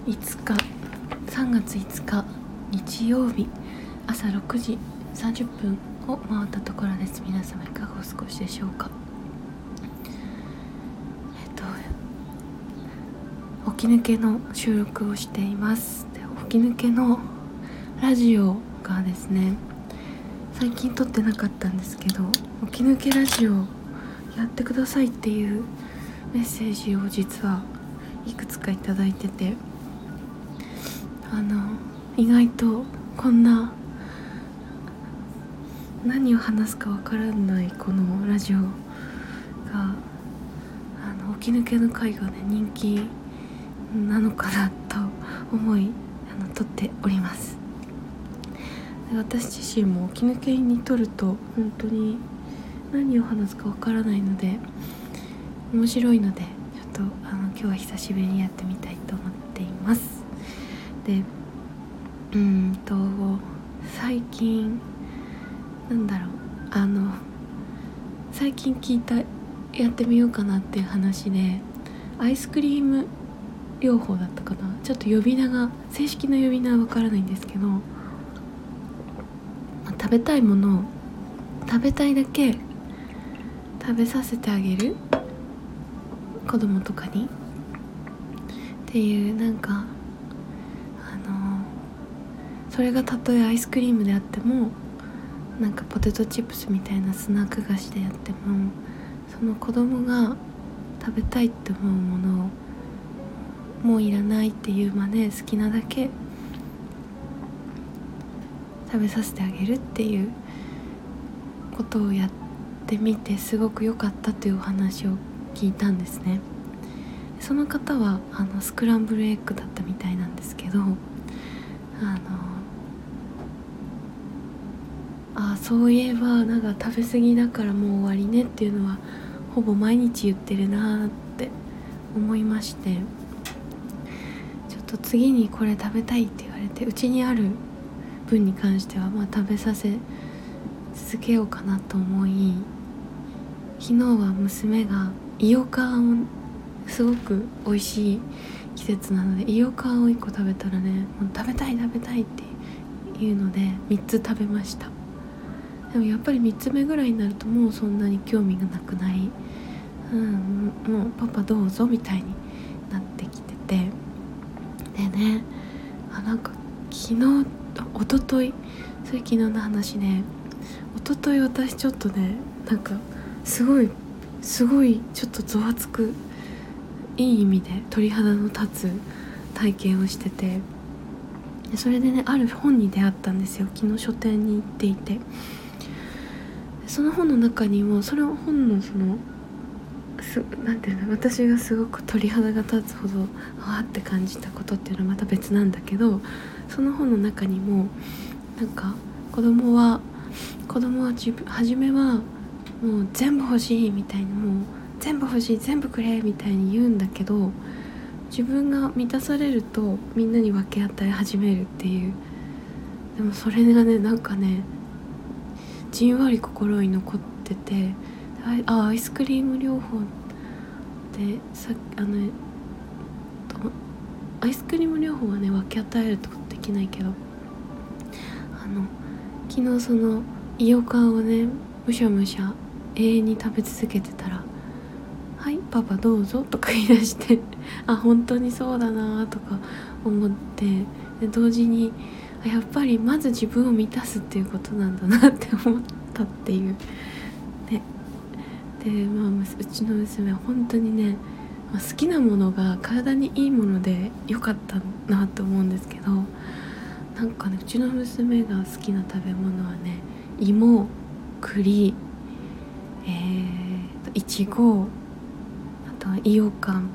5日3月5日日曜日朝6時30分を回ったところです。皆様いかがお過ごしでしょうか。起き抜けの収録をしています。で、起き抜けのラジオがですね、最近撮ってなかったんですけど、起き抜けラジオやってくださいっていうメッセージを実はいくつかいただいてて、意外とこんな何を話すかわからないこのラジオが起き抜けの回がね人気なのかなと思い撮っております。で、私自身も起き抜けに撮ると本当に何を話すかわからないので面白いので、ちょっと今日は久しぶりにやってみたいと思っています。で、最近最近聞いたやってみようかなっていう話で、アイスクリーム療法だったかな、ちょっと呼び名が正式な呼び名はわからないんですけど、食べたいものを食べたいだけ食べさせてあげる、子供とかにっていう、それがたとえアイスクリームであっても、ポテトチップスみたいなスナック菓子であっても、その子供が食べたいって思うものをもういらないっていうまで好きなだけ食べさせてあげるっていうことをやってみて、すごく良かったというお話を聞いたんですね。その方はスクランブルエッグだったみたいなんですけど、そういえば食べ過ぎだからもう終わりねっていうのはほぼ毎日言ってるなって思いまして、ちょっと次にこれ食べたいって言われて、うちにある分に関しては食べさせ続けようかなと思い、昨日は娘がイヨカーを、すごく美味しい季節なのでイヨカーを1個食べたらね、もう食べたいっていうので3つ食べました。でもやっぱり3つ目ぐらいになるともうそんなに興味がなくなり、もうパパどうぞみたいになってきてて、でね、昨日おととい、それ昨日の話で、おととい私ちょっとねすごいちょっとゾワつく、いい意味で鳥肌の立つ体験をしてて、それでね、ある本に出会ったんですよ。昨日書店に行っていて、その本の中にも、その本の私がすごく鳥肌が立つほどわーって感じたことっていうのはまた別なんだけど、その本の中にも子供は初めはもう全部欲しいみたいに、もう全部欲しい、全部くれみたいに言うんだけど、自分が満たされるとみんなに分け与え始めるっていう。でもそれがねじんわり心に残ってて、アイスクリーム療法でアイスクリーム療法はね分け与えるってことできないけど、昨日そのイヨカーをねむしゃむしゃ永遠に食べ続けてたら、はいパパどうぞとか言い出して本当にそうだなとか思って、で同時にやっぱりまず自分を満たすっていうことなんだなって思ったっていうね。で、うちの娘は本当にね、好きなものが体にいいものでよかったなと思うんですけど、うちの娘が好きな食べ物はね、芋、栗、いちご、あとはイヨカン、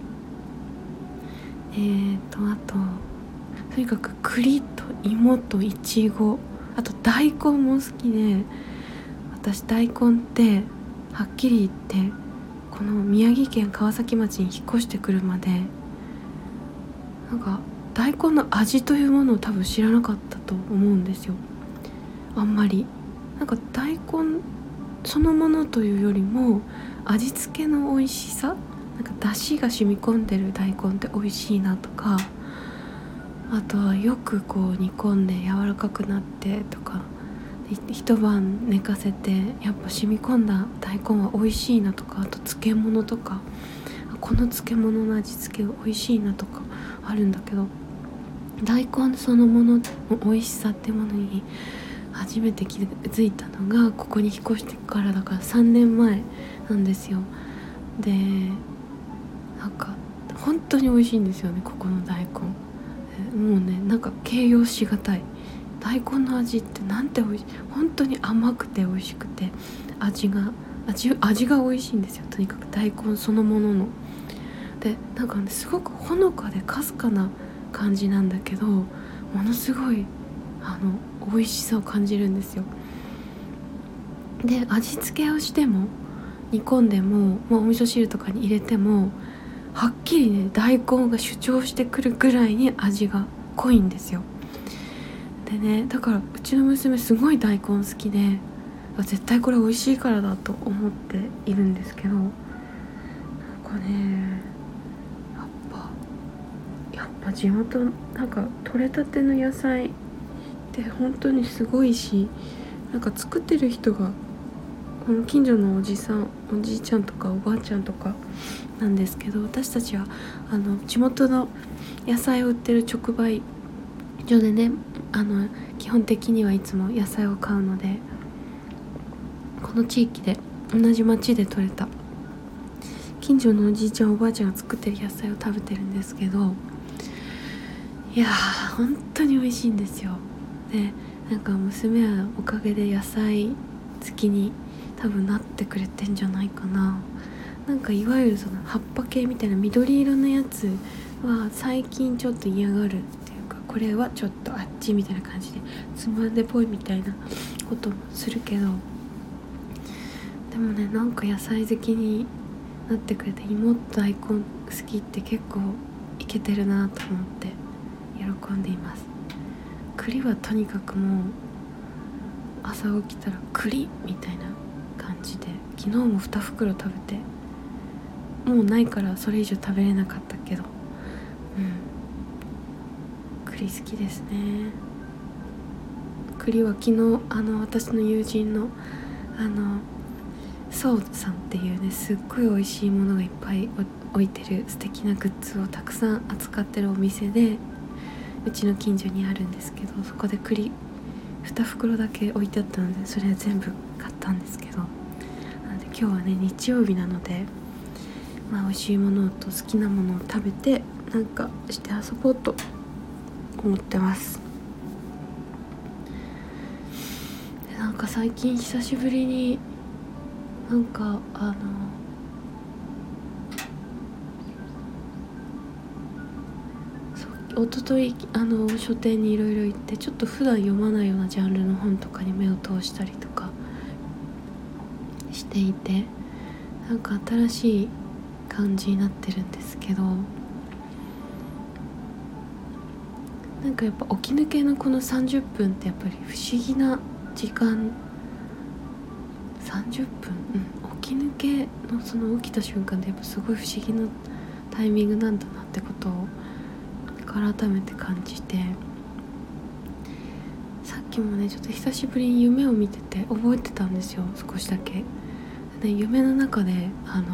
あととにかく栗と芋といちご、あと大根も好きで、私大根ってはっきり言ってこの宮城県川崎町に引っ越してくるまで大根の味というものを多分知らなかったと思うんですよ。あんまり大根そのものというよりも味付けの美味しさ、出汁が染み込んでる大根って美味しいなとか、 あとはよくこう煮込んで柔らかくなってとか、一晩寝かせてやっぱ染み込んだ大根は美味しいなとか、あと漬物とか、この漬物の味付け美味しいなとかあるんだけど、大根そのものの美味しさってものに初めて気づいたのがここに引っ越してからだから3年前なんですよ。でなんか本当に美味しいんですよね、ここの大根。もうね、なんか形容しがたい。大根の味ってなんて美味しい、本当に甘くて美味しくて、味が美味しいんですよ。とにかく大根そのものの。でなんかね、すごくほのかでかすかな感じなんだけど、ものすごい美味しさを感じるんですよ。で味付けをしても煮込んでも、お味噌汁とかに入れてもはっきりね、大根が主張してくるぐらいに味が濃いんですよ。でね、だからうちの娘すごい大根好きで、絶対これ美味しいからだと思っているんですけど、なんかね、やっぱ地元なんか取れたての野菜って本当にすごいし、なんか作ってる人がこの近所のおじさん、おじいちゃんとかおばあちゃんとかなんですけど、私たちは地元の野菜を売ってる直売所でね、基本的にはいつも野菜を買うので、この地域で同じ町で採れた近所のおじいちゃんおばあちゃんが作ってる野菜を食べてるんですけど、いやー本当に美味しいんですよ。でなんか娘はおかげで野菜好きに多分なってくれてんじゃないかな。なんかいわゆるその葉っぱ系みたいな緑色のやつは最近ちょっと嫌がるっていうか、これはちょっとあっちみたいな感じでつまんでぽいみたいなこともするけど、でもね、なんか野菜好きになってくれて、妹大根好きって結構いけてるなと思って喜んでいます。栗はとにかくもう朝起きたら栗みたいな感じで、昨日も2袋食べてもうないからそれ以上食べれなかったけど、栗好きですね。栗は昨日私の友人のそうさんっていうね、すっごい美味しいものがいっぱい置いてる素敵なグッズをたくさん扱ってるお店で、うちの近所にあるんですけど、そこで栗2袋だけ置いてあったので、それは全部買ったんですけど、なので今日はね日曜日なので、美味しいものと好きなものを食べてなんかして遊ぼうと思ってます。でなんか最近久しぶりになんか一昨日書店にいろいろ行って、ちょっと普段読まないようなジャンルの本とかに目を通したりとかしていて、なんか新しい感じになってるんですけど、なんかやっぱ起き抜けのこの30分ってやっぱり不思議な時間。30分、起き抜けのその起きた瞬間ってやっぱすごい不思議なタイミングなんだなってことを改めて感じて、さっきもねちょっと久しぶりに夢を見てて覚えてたんですよ、少しだけ。で夢の中で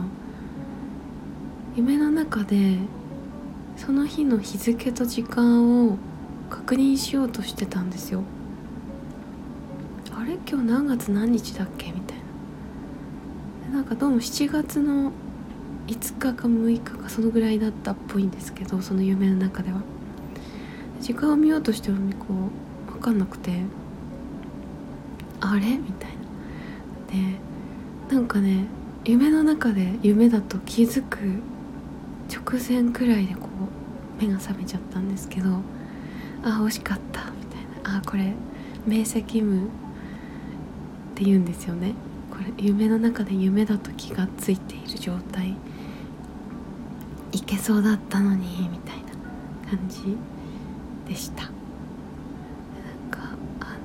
その日の日付と時間を確認しようとしてたんですよ。あれ今日何月何日だっけみたいな。でなんかどうも7月の5日か6日かそのぐらいだったっぽいんですけど、その夢の中では時間を見ようとしてもこう分かんなくて、あれみたいな。でなんかね、夢の中で夢だと気づく直前くらいでこう目が覚めちゃったんですけど、惜しかったみたいな。これ明晰夢って言うんですよね。これ夢の中で夢だと気がついている状態、いけそうだったのにみたいな感じでした。なんか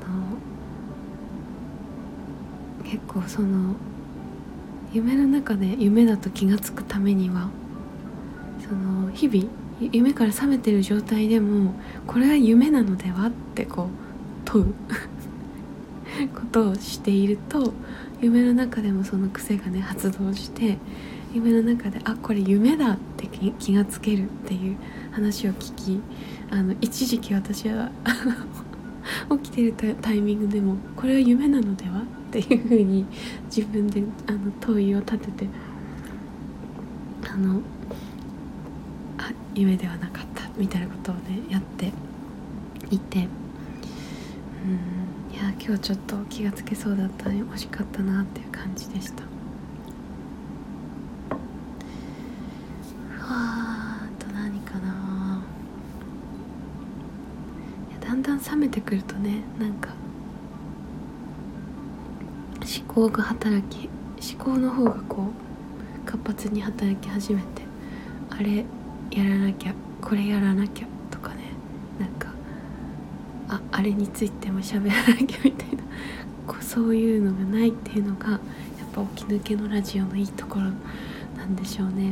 結構その夢の中で夢だと気がつくためには、その日々 夢から覚めてる状態でもこれは夢なのではってこう問うことをしていると、夢の中でもその癖がね発動して、夢の中でこれ夢だって気がつけるっていう話を聞き、一時期私は起きてるタイミングでもこれは夢なのではっていう風に自分で問いを立てて、夢ではなかったみたいなことをねやっていて、いや今日ちょっと気がつけそうだったね、惜しかったなっていう感じでした。あと何かな。だんだん冷めてくるとね、なんか思考の方がこう活発に働き始めて、あれやらなきゃこれやらなきゃとかね、なんかあれについても喋らなきゃみたいなそういうのがないっていうのがやっぱ起き抜けのラジオのいいところなんでしょうね。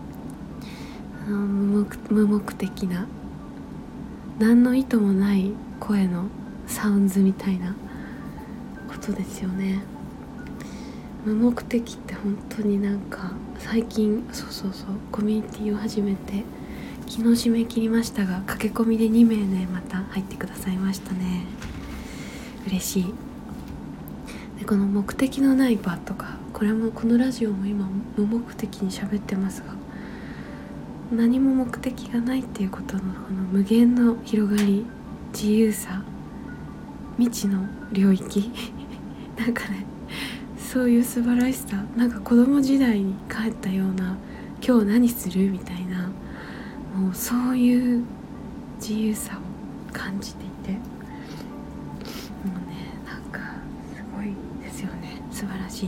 無目的な何の意図もない声のサウンズみたいなことですよね。無目的って本当になんか最近そうコミュニティを始めて昨日締め切りましたが、駆け込みで2名ねまた入ってくださいましたね。嬉しい。でこの目的のない場とか、このラジオも今無目的に喋ってますが、何も目的がないっていうことのこの無限の広がり、自由さ、未知の領域なんかね、そういう素晴らしさ、なんか子供時代に帰ったような、今日何するみたいな、もうそういう自由さを感じていて、もうねなんかすごいですよね。素晴らしい。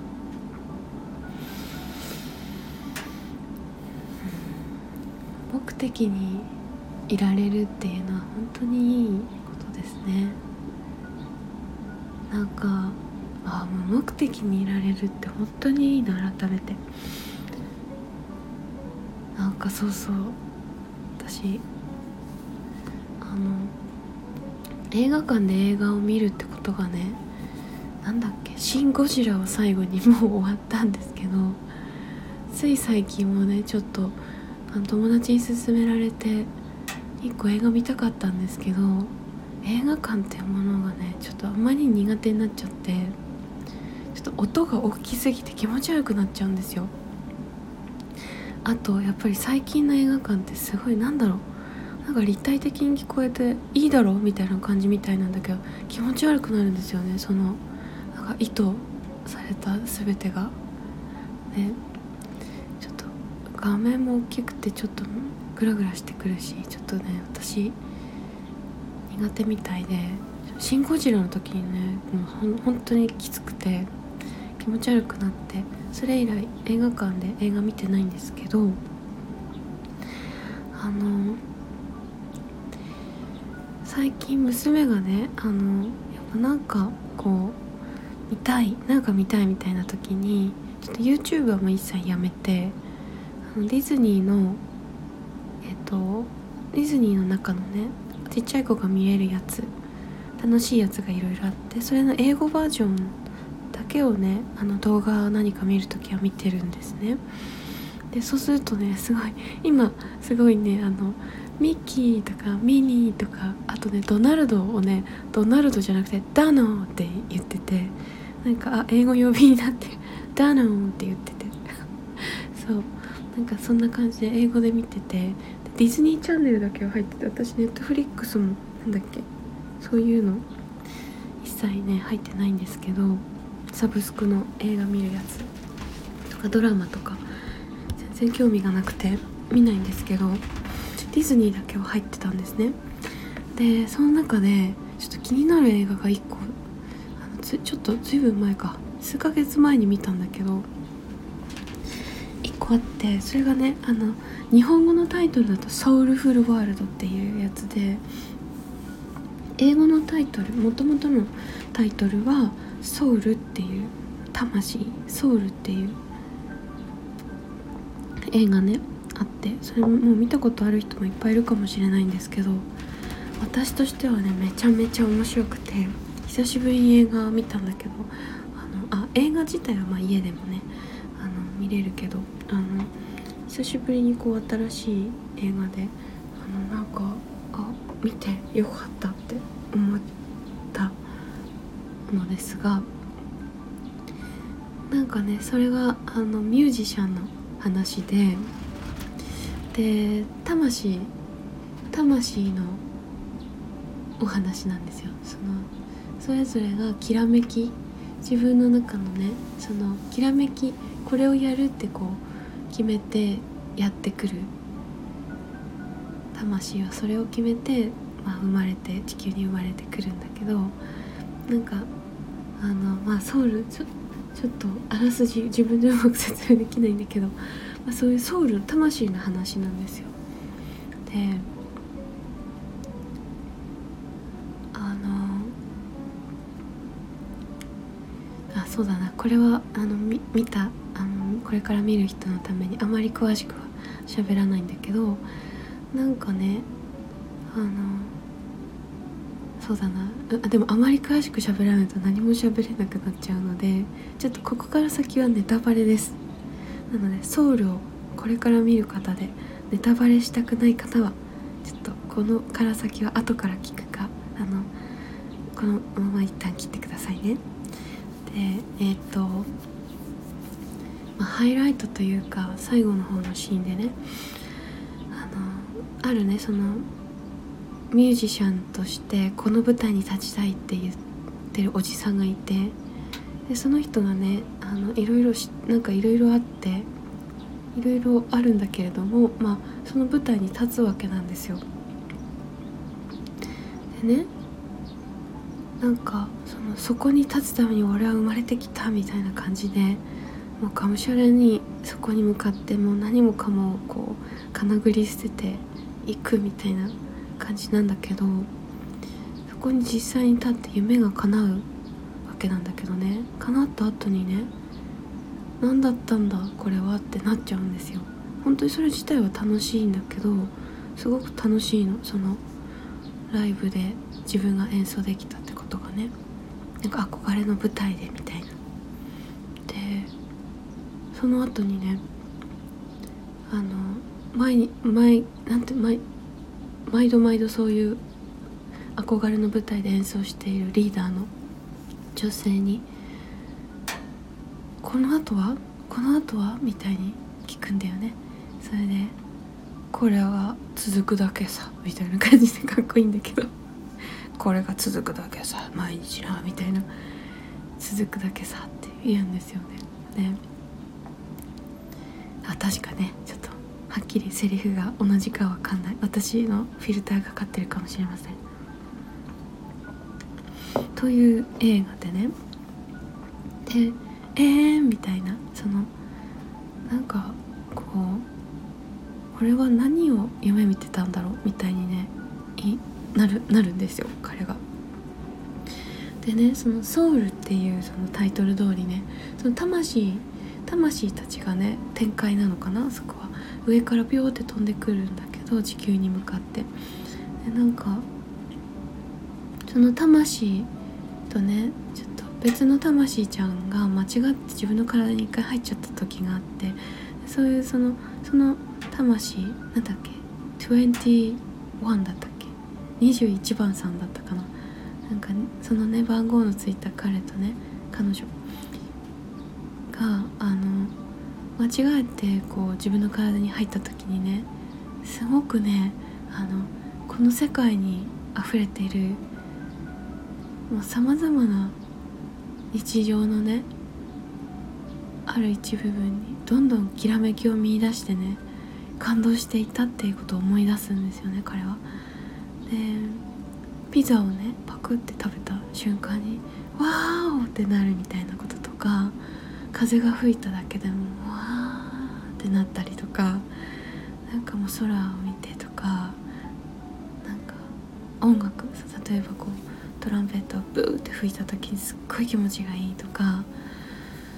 目的にいられるっていうのは本当にいいことですね。なんか無目的にいられるって本当にいいな。改めてなんかそう私映画館で映画を見るってことがね、なんだっけ、シン・ゴジラを最後にもう終わったんですけど、つい最近もねちょっと友達に勧められて一個映画見たかったんですけど、映画館っていうものがねちょっとあんまり苦手になっちゃって、ちょっと音が大きすぎて気持ち悪くなっちゃうんですよ。あとやっぱり最近の映画館ってすごいなんか立体的に聞こえていいだろうみたいな感じみたいなんだけど、気持ち悪くなるんですよね。なんか意図された全てがね、ちょっと画面も大きくてちょっとグラグラしてくるし、ちょっとね私苦手みたいで、シン・ゴジラの時にねもう本当にきつくて気持ち悪くなって、それ以来映画館で映画見てないんですけど、最近娘がねやっぱなんかこう見たいみたいな時にちょっと YouTube はもう一切やめて、ディズニーの中のねちっちゃい子が見えるやつ、楽しいやつがいろいろあって、それの英語バージョンだけをね動画何か見るときは見てるんですね。でそうするとね今すごいねミッキーとかミニーとか、あとねドナルドをねドナルドじゃなくてダノーって言ってて、なんか英語呼びになってダノーって言っててそうなんかそんな感じで英語で見てて、ディズニーチャンネルだけは入ってて、私ネットフリックスもそういうの一切ね入ってないんですけど、サブスクの映画見るやつとかドラマとか全然興味がなくて見ないんですけど、ディズニーだけは入ってたんですね。でその中でちょっと気になる映画が1個ちょっとずいぶん前か、数ヶ月前に見たんだけど1個あって、それがね日本語のタイトルだとソウルフルワールドっていうやつで、英語のタイトル、元々のタイトルはソウルっていう魂、ソウルっていう映画ね、 あって、それもう見たことある人もいっぱいいるかもしれないんですけど、私としてはねめちゃめちゃ面白くて、久しぶりに映画見たんだけど、映画自体は家でもね見れるけど、久しぶりにこう新しい映画でなんか見てよかったって思ったのですが、なんかねそれがミュージシャンの話で魂のお話なんですよ。それぞれがきらめき、自分の中のねそのきらめき、これをやるってこう決めてやってくる魂はそれを決めて、生まれて地球に生まれてくるんだけど、なんかソウルちょっとあらすじ自分でうまく説明できないんだけど、そういうソウルの魂の話なんですよ。でそうだな、これは見たこれから見る人のためにあまり詳しくは喋らないんだけど、なんかねそうだな、でもあまり詳しく喋らないと何も喋れなくなっちゃうので、ちょっとここから先はネタバレです。なのでソウルをこれから見る方でネタバレしたくない方はちょっとこのから先は後から聞くかこのまま一旦切ってくださいね。でハイライトというか最後の方のシーンでねあるねそのミュージシャンとしてこの舞台に立ちたいって言ってるおじさんがいて、でその人がねいろいろあっていろいろあるんだけれども、その舞台に立つわけなんですよ。でねなんかそこに立つために俺は生まれてきたみたいな感じで、もうがむしゃらにそこに向かってもう何もかもこうかなぐり捨てていくみたいな感じなんだけど、そこに実際に立って夢が叶うわけなんだけどね、叶った後にね、何だったんだこれはってなっちゃうんですよ。本当にそれ自体は楽しいんだけど、すごく楽しいの、そのライブで自分が演奏できたってことがね、なんか憧れの舞台でみたいな。でその後にね毎度そういう憧れの舞台で演奏しているリーダーの女性にこの後はみたいに聞くんだよね。それでこれは続くだけさみたいな感じでかっこいいんだけどこれが続くだけさ毎日なみたいな、続くだけさって言うんですよね。確かねちょっとはっきりセリフが同じかわかんない、私のフィルターがかかってるかもしれません。という映画でね、でみたいな、なんかこうこれは何を夢見てたんだろうみたいにねなるんですよ彼が。でねそのソウルっていうそのタイトル通りね、その魂たちがね展開なのかな、そこは上からビョーって飛んでくるんだけど地球に向かって、でなんかその魂とねちょっと別の魂ちゃんが間違って自分の体に一回入っちゃった時があって、そういうその魂なんだっけ21だったっけ21番さんだったかな、なんかそのね番号のついた彼とね彼女が間違えてこう自分の体に入った時にね、すごくねこの世界に溢れているもう様々な日常のねある一部分にどんどんきらめきを見出してね感動していたっていうことを思い出すんですよね彼は。でピザをねパクって食べた瞬間にわーおってなるみたいなこととか、風が吹いただけでもわーってなったりとか、なんかもう空を見てとか、なんか音楽例えばこうトランペットをブーって吹いた時にすっごい気持ちがいいとか、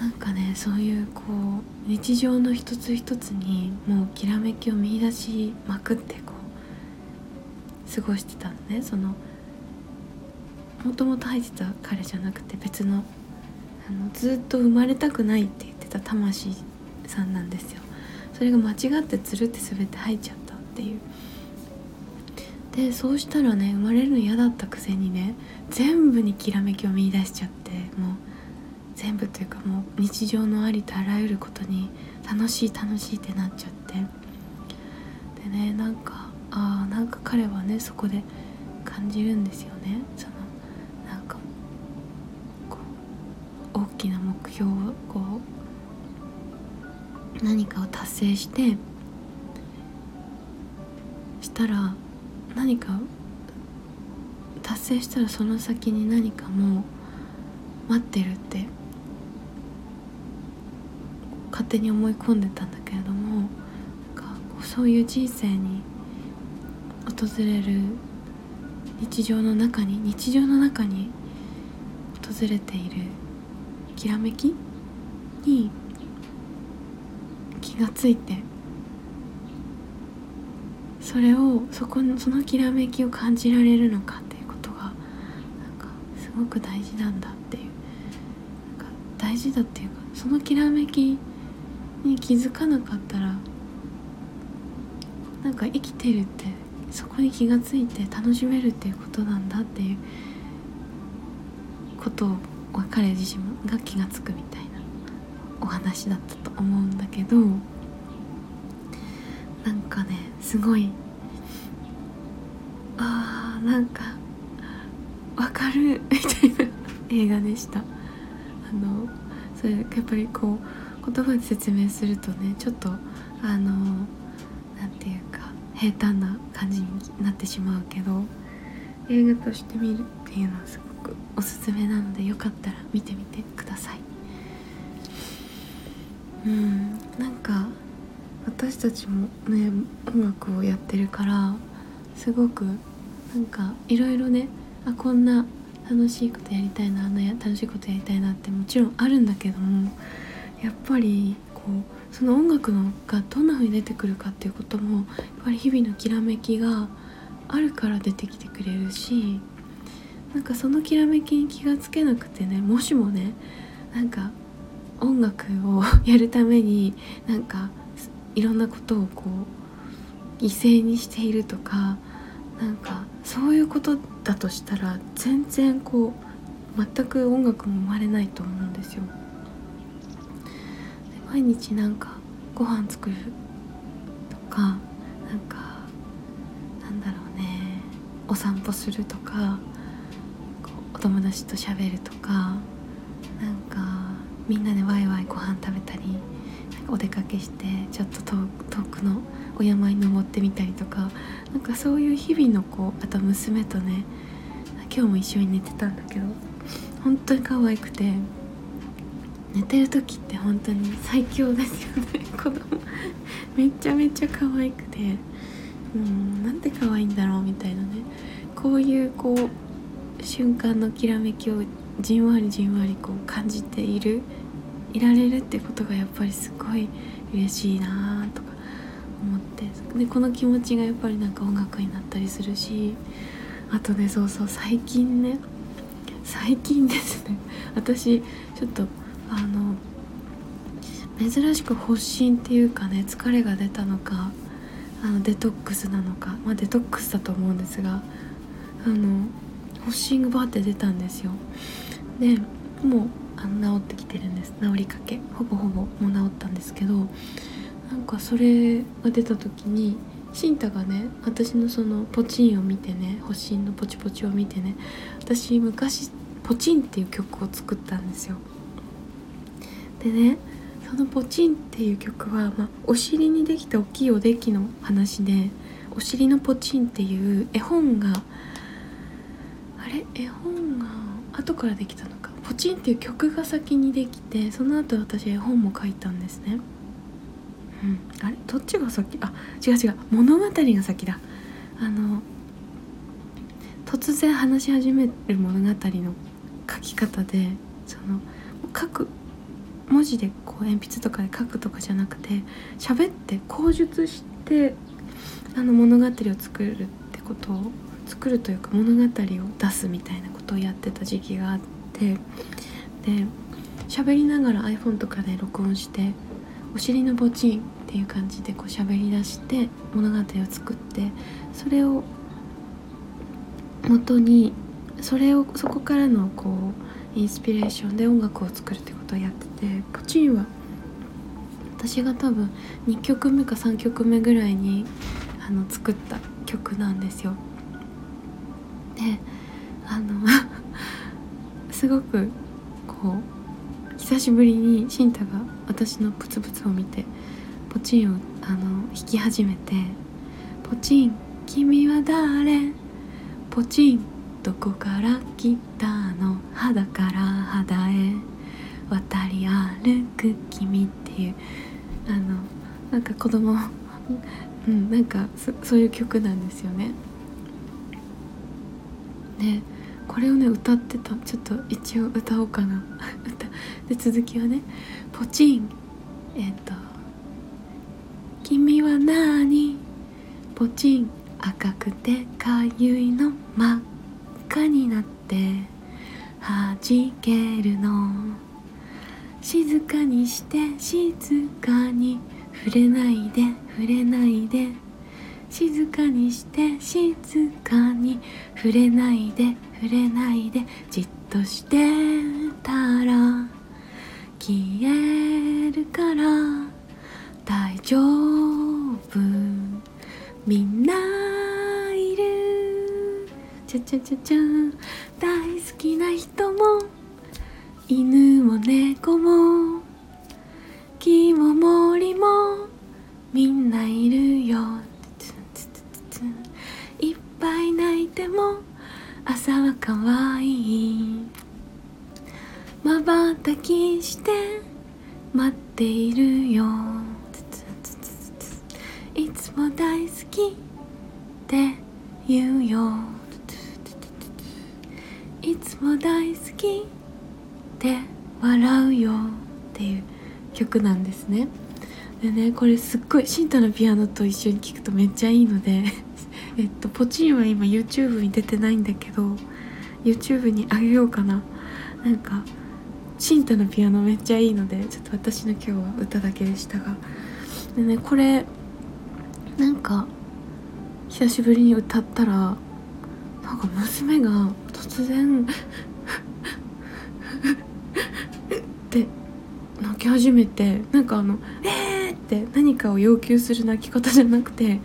なんかね、そういうこう日常の一つ一つにもうきらめきを見出しまくってこう過ごしてたのね。そのもともと入ってた彼じゃなくて別の、ずっと生まれたくないって言ってた魂さんなんですよ。それが間違ってつるって滑って入っちゃったっていう。でそうしたらね、生まれるの嫌だったくせにね、全部にきらめきを見出しちゃって、もう全部というかもう日常のありとあらゆることに楽しい楽しいってなっちゃって、でね、なんか彼はねそこで感じるんですよね。そのなんかこう大きな目標をこう何かを達成したら、何か達成したらその先に何かもう待ってるって勝手に思い込んでたんだけれども、なんかそういう人生に訪れる日常の中に訪れているきらめきに気がついて、そのきらめきを感じられるのかっていうことがなんかすごく大事なんだっていう、なんか大事だっていうか、そのきらめきに気づかなかったらなんか生きてるって、そこに気がついて楽しめるっていうことなんだっていうことを彼自身が気がつくみたいなお話だったと思うんだけど、なんかねすごいなんかわかるみたいな映画でした。それやっぱりこう言葉で説明するとね、ちょっとなんていうか平坦な感じになってしまうけど、映画として見るっていうのはすごくおすすめなので、よかったら見てみてください。なんか私たちもね音楽をやってるからすごくなんかいろいろね、こんな楽しいことやりたいな、楽しいことやりたいなってもちろんあるんだけども、やっぱりこうその音楽がどんな風に出てくるかっていうこともやっぱり日々のきらめきがあるから出てきてくれるし、なんかそのきらめきに気がつけなくてね、もしもねなんか音楽をやるためになんかいろんなことをこう犠牲にしているとか、なんかそういうことだとしたら全然こう全く音楽も生まれないと思うんですよ。で毎日なんかご飯作るとか、なんかなんだろうね、お散歩するとか、こうお友達と喋るとか、なんかみんなでワイワイご飯食べたり、お出かけしてちょっと遠くのお山に登ってみたりとか、なんかそういう日々のこう、あと娘とね今日も一緒に寝てたんだけど、本当に可愛くて、寝てる時って本当に最強ですよね子供めちゃめちゃ可愛くて、なんて可愛いんだろうみたいなね、こういうこう瞬間のきらめきをじんわりこう感じていられるってことがやっぱりすごい嬉しいなとか思って、でこの気持ちがやっぱりなんか音楽になったりするし、あとね最近ですね、私ちょっと珍しく発疹っていうかね、疲れが出たのかデトックスなのか、デトックスだと思うんですが、発疹がバーって出たんですよ。でもう治ってきてるんです。治りかけほぼもう治ったんですけど、なんかそれが出た時にシンタがね、私のそのポチンを見てね、発疹のポチポチを見てね、私昔ポチンっていう曲を作ったんですよ。でね、そのポチンっていう曲は、お尻にできた大きいおできの話で、お尻のポチンっていう絵本が後からできたのか、ポチンっていう曲が先にできて、その後私絵本も書いたんですね。どっちが先？違う、物語が先だ。突然話し始める物語の書き方で、その書く文字でこう鉛筆とかで書くとかじゃなくて、喋って口述して物語を作るってことを作るというか、物語を出すみたいなことをやってた時期があって、で喋りながら iPhone とかで録音して、お尻のポチンっていう感じでこう喋り出して物語を作って、それを元にそこからのこうインスピレーションで音楽を作るってことをやってて、ポチンは私が多分2曲目か3曲目ぐらいに作った曲なんですよ。ですごくこう久しぶりにシンタが私のブツブツを見てポチンを弾き始めて、ポチン君は誰、ポチンどこから来たの、肌から肌へ渡り歩く君っていうなんか子供なんかそういう曲なんですよね。でこれをね歌ってた。ちょっと一応歌おうかなで続きはね、ポチン君は何、ポチン赤くてかゆいの真っ赤になって弾けるの、静かにして静かに触れないで触れないで、静かにして静かに触れないで触れないで、じっとしてたら消えるから大丈夫、みんないる、ちゃちゃちゃちゃ、大好きな人も犬も猫も木も森もみんないるよ、いっぱい泣いても朝は可愛い、まばたきして待っているよ、いつも大好きって言うよ、いつも大好きって笑うよっていう曲なんですね。でね、これすっごいシンタのピアノと一緒に聴くとめっちゃいいのでポチンは今 YouTube に出てないんだけど YouTube にあげようかな。なんかシンタのピアノめっちゃいいので、ちょっと私の今日は歌だけでしたが、でね、これなんか久しぶりに歌ったら、なんか娘が突然って泣き始めて、なんかって何かを要求する泣き方じゃなくて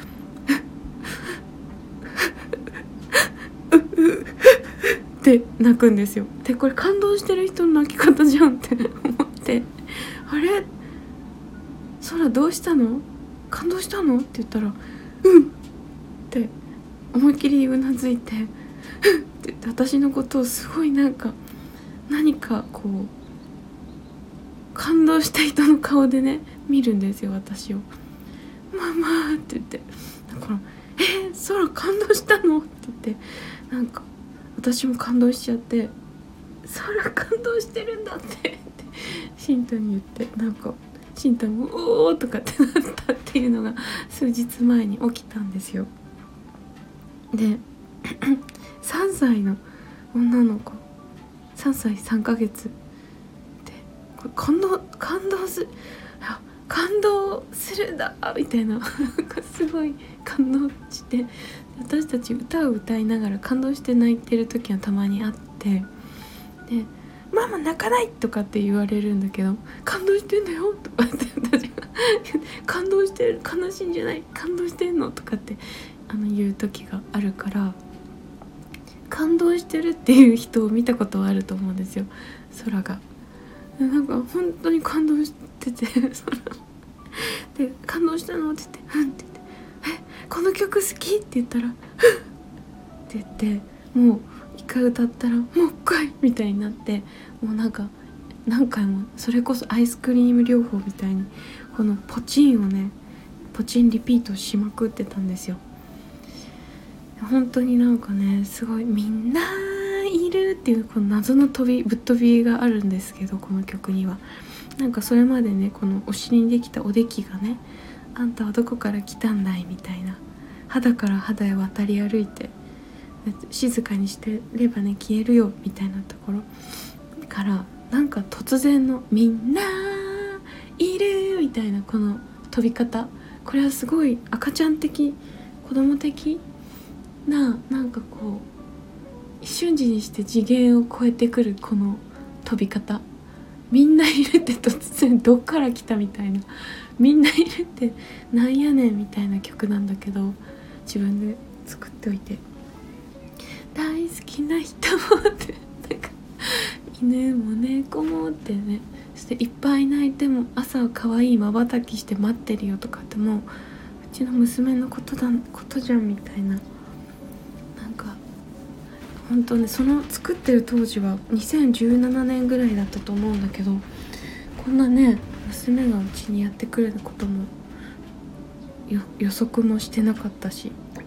って泣くんですよ。でこれ感動してる人の泣き方じゃんって思って、あれ空どうしたの、感動したのって言ったらって思いっきりうなずいてって言って、私のことをすごい何かこう感動した人の顔でね見るんですよ、私を。ママって言って、だから空感動したのって言って、なんか私も感動しちゃって、空感動してるんだってシンタに言って、なんかシンタもおーとかってなったっていうのが数日前に起きたんですよ。で3歳の女の子、3歳3ヶ月でこれ感動するんだみたいな、なんかすごい感動して、私たち歌を歌いながら感動して泣いてる時がたまにあって、でママ泣かないとかって言われるんだけど、感動してんだよとかって私が感動してる、悲しいんじゃない、感動してんのとかって言う時があるから、感動してるっていう人を見たことはあると思うんですよ、空が。なんか本当に感動してて空で、感動したのって言ってって言って、この曲好きって言ったらって言って、もう一回歌ったらもう一回みたいになって、もうなんか何回も、それこそアイスクリーム療法みたいにこのポチンをねポチンリピートしまくってたんですよ。本当になんかね、すごいみんないるっていうこの謎のぶっ飛びがあるんですけど、この曲にはなんかそれまでねこのお尻にできたおできがね、あんたはどこから来たんだいみたいな、肌から肌へ渡り歩いて静かにしてればね消えるよみたいなところから、なんか突然のみんないるみたいなこの飛び方、これはすごい赤ちゃん的、子供的な、なんかこう一瞬時にして次元を超えてくるこの飛び方、みんないるって突然どっから来たみたいな、みんないるってなんやねんみたいな曲なんだけど、自分で作っておいて、大好きな人もってなんか犬も猫もってね、そしていっぱい泣いても朝は可愛いまばたきして待ってるよとかって、もううちの娘のことじゃんみたいな、なんか本当ね、その作ってる当時は2017年ぐらいだったと思うんだけど、こんなね娘がうちにやってくることも予測もしてなかったし、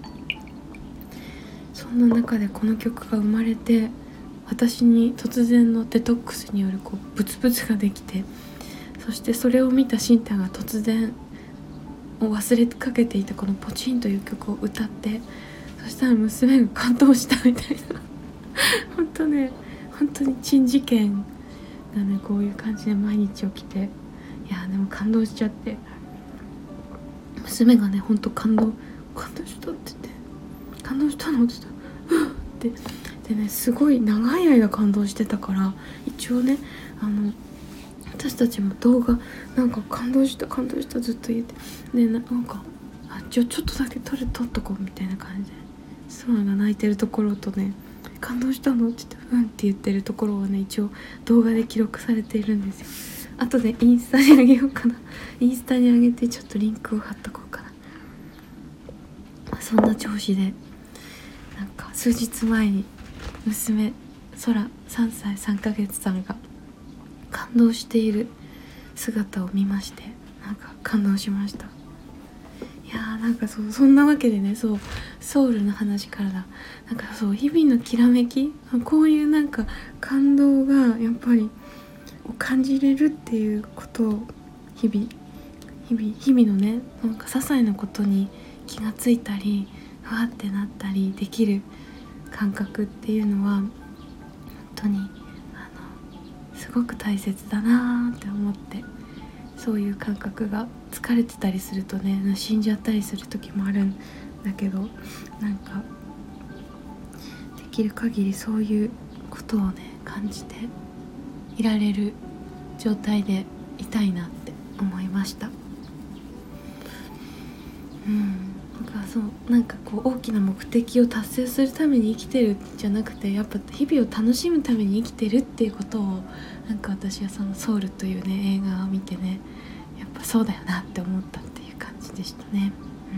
そんな中でこの曲が生まれて、私に突然のデトックスによるこうブツブツができて、そしてそれを見たシンタが突然忘れかけていたこのポチンという曲を歌って、そしたら娘が感動したみたいな本当に珍事件がねこういう感じで毎日起きて、いやでも感動しちゃって、娘がね本当感動したって言って、感動したのって言ったらってでね、すごい長い間感動してたから、一応ね私たちも動画なんか感動したずっと言ってで、なんかちょっとだけ撮っとこうみたいな感じで、スマが泣いてるところとね、感動したのって言ってうんって言ってるところはね、一応動画で記録されているんですよ。後でインスタにあげようかな。インスタにあげてちょっとリンクを貼っとこうかな。そんな調子で、なんか数日前に娘空3歳3ヶ月さんが感動している姿を見まして、なんか感動しました。いやーなんかそんなわけでね、ソウルの話からだ。なんか日々のきらめき、こういうなんか感動がやっぱり感じれるっていうことを日々のね、なんか些細なことに気がついたりふわってなったりできる感覚っていうのは本当にすごく大切だなって思って、そういう感覚が疲れてたりするとね死んじゃったりする時もあるんだけど、なんかできる限りそういうことをね感じていられる状態でいたいなって思いました。なんかこう大きな目的を達成するために生きてるじゃなくて、やっぱ日々を楽しむために生きてるっていうことを、なんか私はそのソウルというね映画を見てね、やっぱそうだよなって思ったっていう感じでしたね。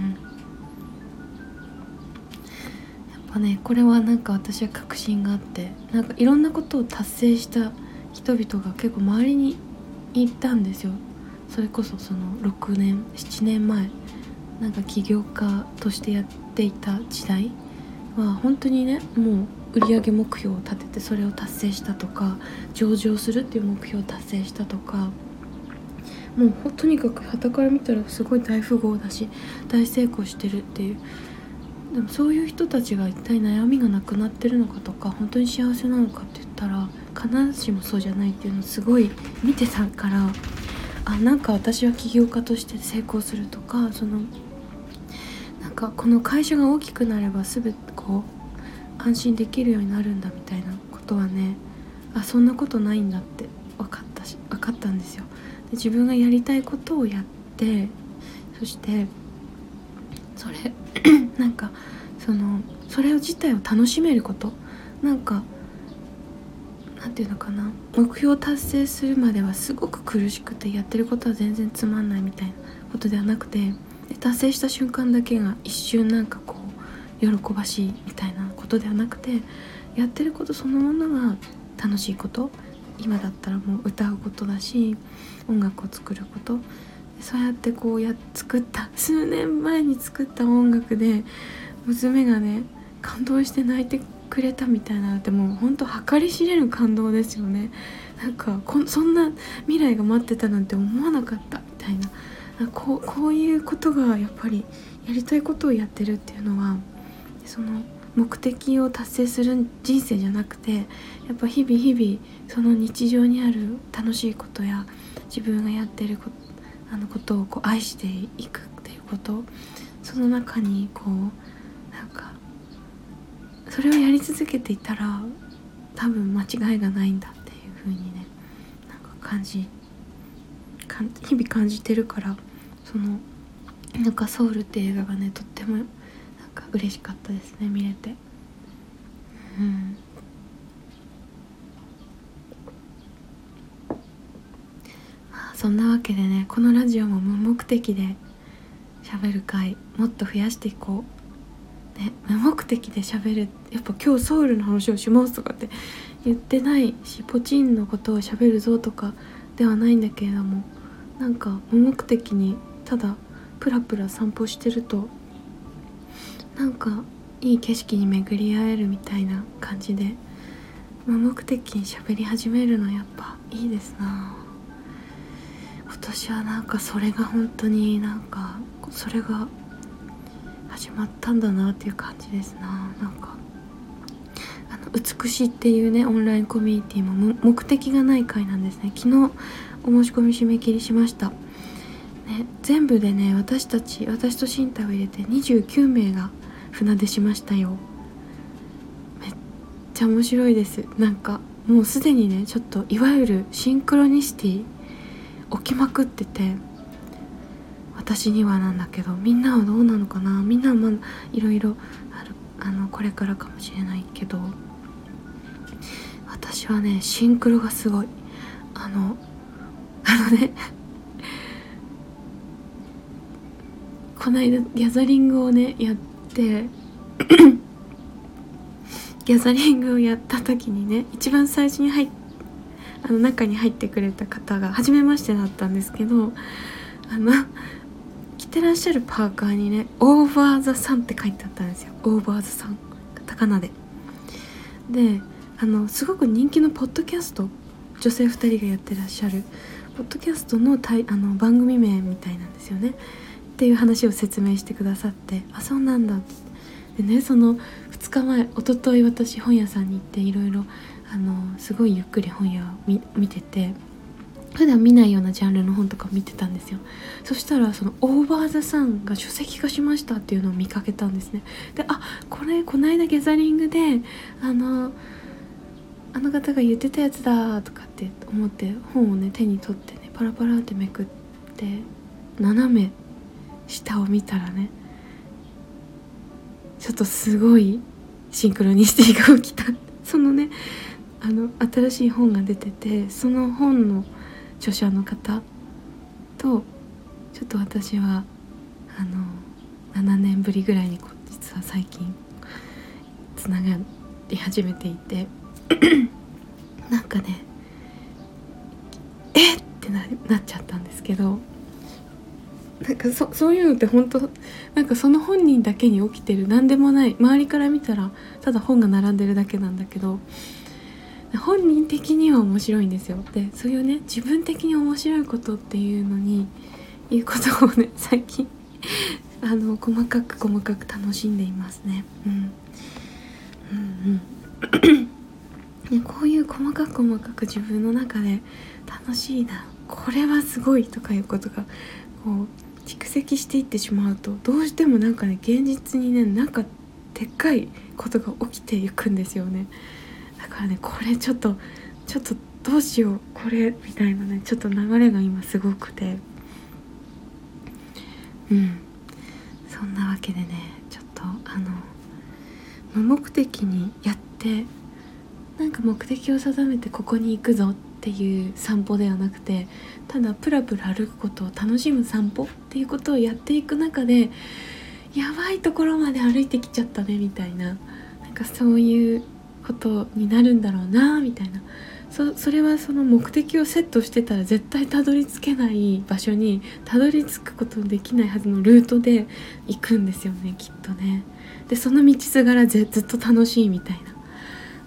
やっぱねこれはなんか私は確信があって、なんかいろんなことを達成した人々が結構周りにいたんですよ。それこそその6年7年前なんか起業家としてやっていた時代は本当にね、もう売上目標を立ててそれを達成したとか、上場するっていう目標を達成したとか、もうとにかく傍から見たらすごい大富豪だし大成功してるっていう。でもそういう人たちが一体悩みがなくなってるのかとか、本当に幸せなのかって言ったら必ずしもそうじゃないっていうのをすごい見てたから、なんか私は起業家として成功するとか、なんかこの会社が大きくなれば全てこう安心できるようになるんだみたいなことはね、そんなことないんだって分かったんですよ。で自分がやりたいことをやって、そしてそれなんかそれ自体を楽しめること、なんていうのかな、目標を達成するまではすごく苦しくてやってることは全然つまんないみたいなことではなくて、達成した瞬間だけが一瞬なんかこう喜ばしいみたいなことではなくて、やってることそのものが楽しいこと、今だったらもう歌うことだし音楽を作ること、そうやってこう数年前に作った音楽で娘がね感動して泣いてくれたみたいなのってもうほんと計り知れる感動ですよね。なんかそんな未来が待ってたなんて思わなかったみたいな、こういうことがやっぱりやりたいことをやってるっていうのは、その目的を達成する人生じゃなくて、やっぱ日々日々その日常にある楽しいことや自分がやってることをこう愛していくっていうこと、その中にこうなんかそれをやり続けていたら多分間違いがないんだっていう風にね、なんか日々感じてるから、そのなんかソウルって映画がねとってもなんか嬉しかったですね、見れて。まあそんなわけでね、このラジオも無目的で喋る回もっと増やしていこうね。無目的で喋る、やっぱ今日ソウルの話をしますとかって言ってないし、ポチンのことを喋るぞとかではないんだけれども、なんか無目的にただプラプラ散歩してるとなんかいい景色に巡り合えるみたいな感じで、無目的に喋り始めるのやっぱいいですな。今年はなんかそれが本当になんかそれが始まったんだなっていう感じですな。なんか美しいっていうねオンラインコミュニティも目的がない会なんですね。昨日お申し込み締め切りしました、ね、全部でね私と新太を入れて29名が船出しましたよ。めっちゃ面白いです。なんかもうすでにねちょっといわゆるシンクロニシティ起きまくってて、私にはなんだけどみんなはどうなのかな。みんなはまだいろいろあるこれからかもしれないけど、私はねシンクロがすごい。ねこの間ギャザリングをねやってギャザリングをやった時にね、一番最初に中に入ってくれた方が初めましてだったんですけど、着てらっしゃるパーカーにねオーバーザサンって書いてあったんですよ。オーバーザサンカタカナで。ですごく人気のポッドキャスト、女性2人がやってらっしゃるポッドキャストの番組名みたいなんですよねっていう話を説明してくださって、あそうなんだって。でね、その2日前一昨日私本屋さんに行っていろいろすごいゆっくり本屋を見てて、普段見ないようなジャンルの本とか見てたんですよ。そしたらそのオーバーザさんが書籍化しましたっていうのを見かけたんですね。でこの間ギャザリングであの方が言ってたやつだとかって思って本をね手に取ってねパラパラってめくって斜め下を見たらね、ちょっとすごいシンクロニシティが起きた。そのね新しい本が出てて、その本の著者の方とちょっと私は7年ぶりぐらいに実は最近つながり始めていてなんかねってなっちゃったんですけど、なんかそういうのって本当なんかその本人だけに起きてる、なんでもない、周りから見たらただ本が並んでるだけなんだけど、本人的には面白いんですよ。でそういうね自分的に面白いことっていうのにいうことをね最近細かく楽しんでいますね。ね、こういう細かく自分の中で楽しいな、これはすごいとかいうことがこう蓄積していってしまうと、どうしてもなんかね現実にねなんかでっかいことが起きていくんですよね。だからねこれちょっとどうしようこれみたいなねちょっと流れが今すごくて、そんなわけでねちょっと無目的にやってなんか目的を定めてここに行くぞっていう散歩ではなくて、ただプラプラ歩くことを楽しむ散歩っていうことをやっていく中で、やばいところまで歩いてきちゃったねみたいな、なんかそういうことになるんだろうなみたいな。それはその目的をセットしてたら絶対たどり着けない場所にたどり着くことのできないはずのルートで行くんですよねきっとね。でその道すがらずっと楽しいみたいな、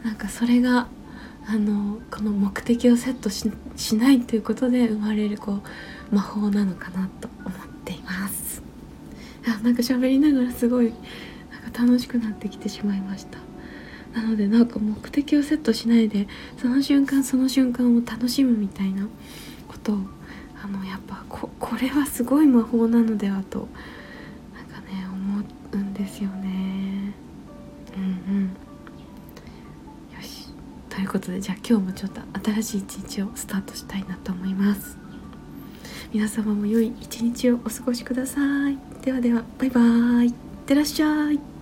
なんかそれがこの目的をセット しないということで生まれるこう魔法なのかなと思っています。なんか喋りながらすごいなんか楽しくなってきてしまいました。なのでなんか目的をセットしないでその瞬間その瞬間を楽しむみたいなことをやっぱこれはすごい魔法なのではとなんかね思うんですよね。よし、ということでじゃあ今日もちょっと新しい一日をスタートしたいなと思います。皆様も良い一日をお過ごしください。ではでは、バイバーイ。いってらっしゃい。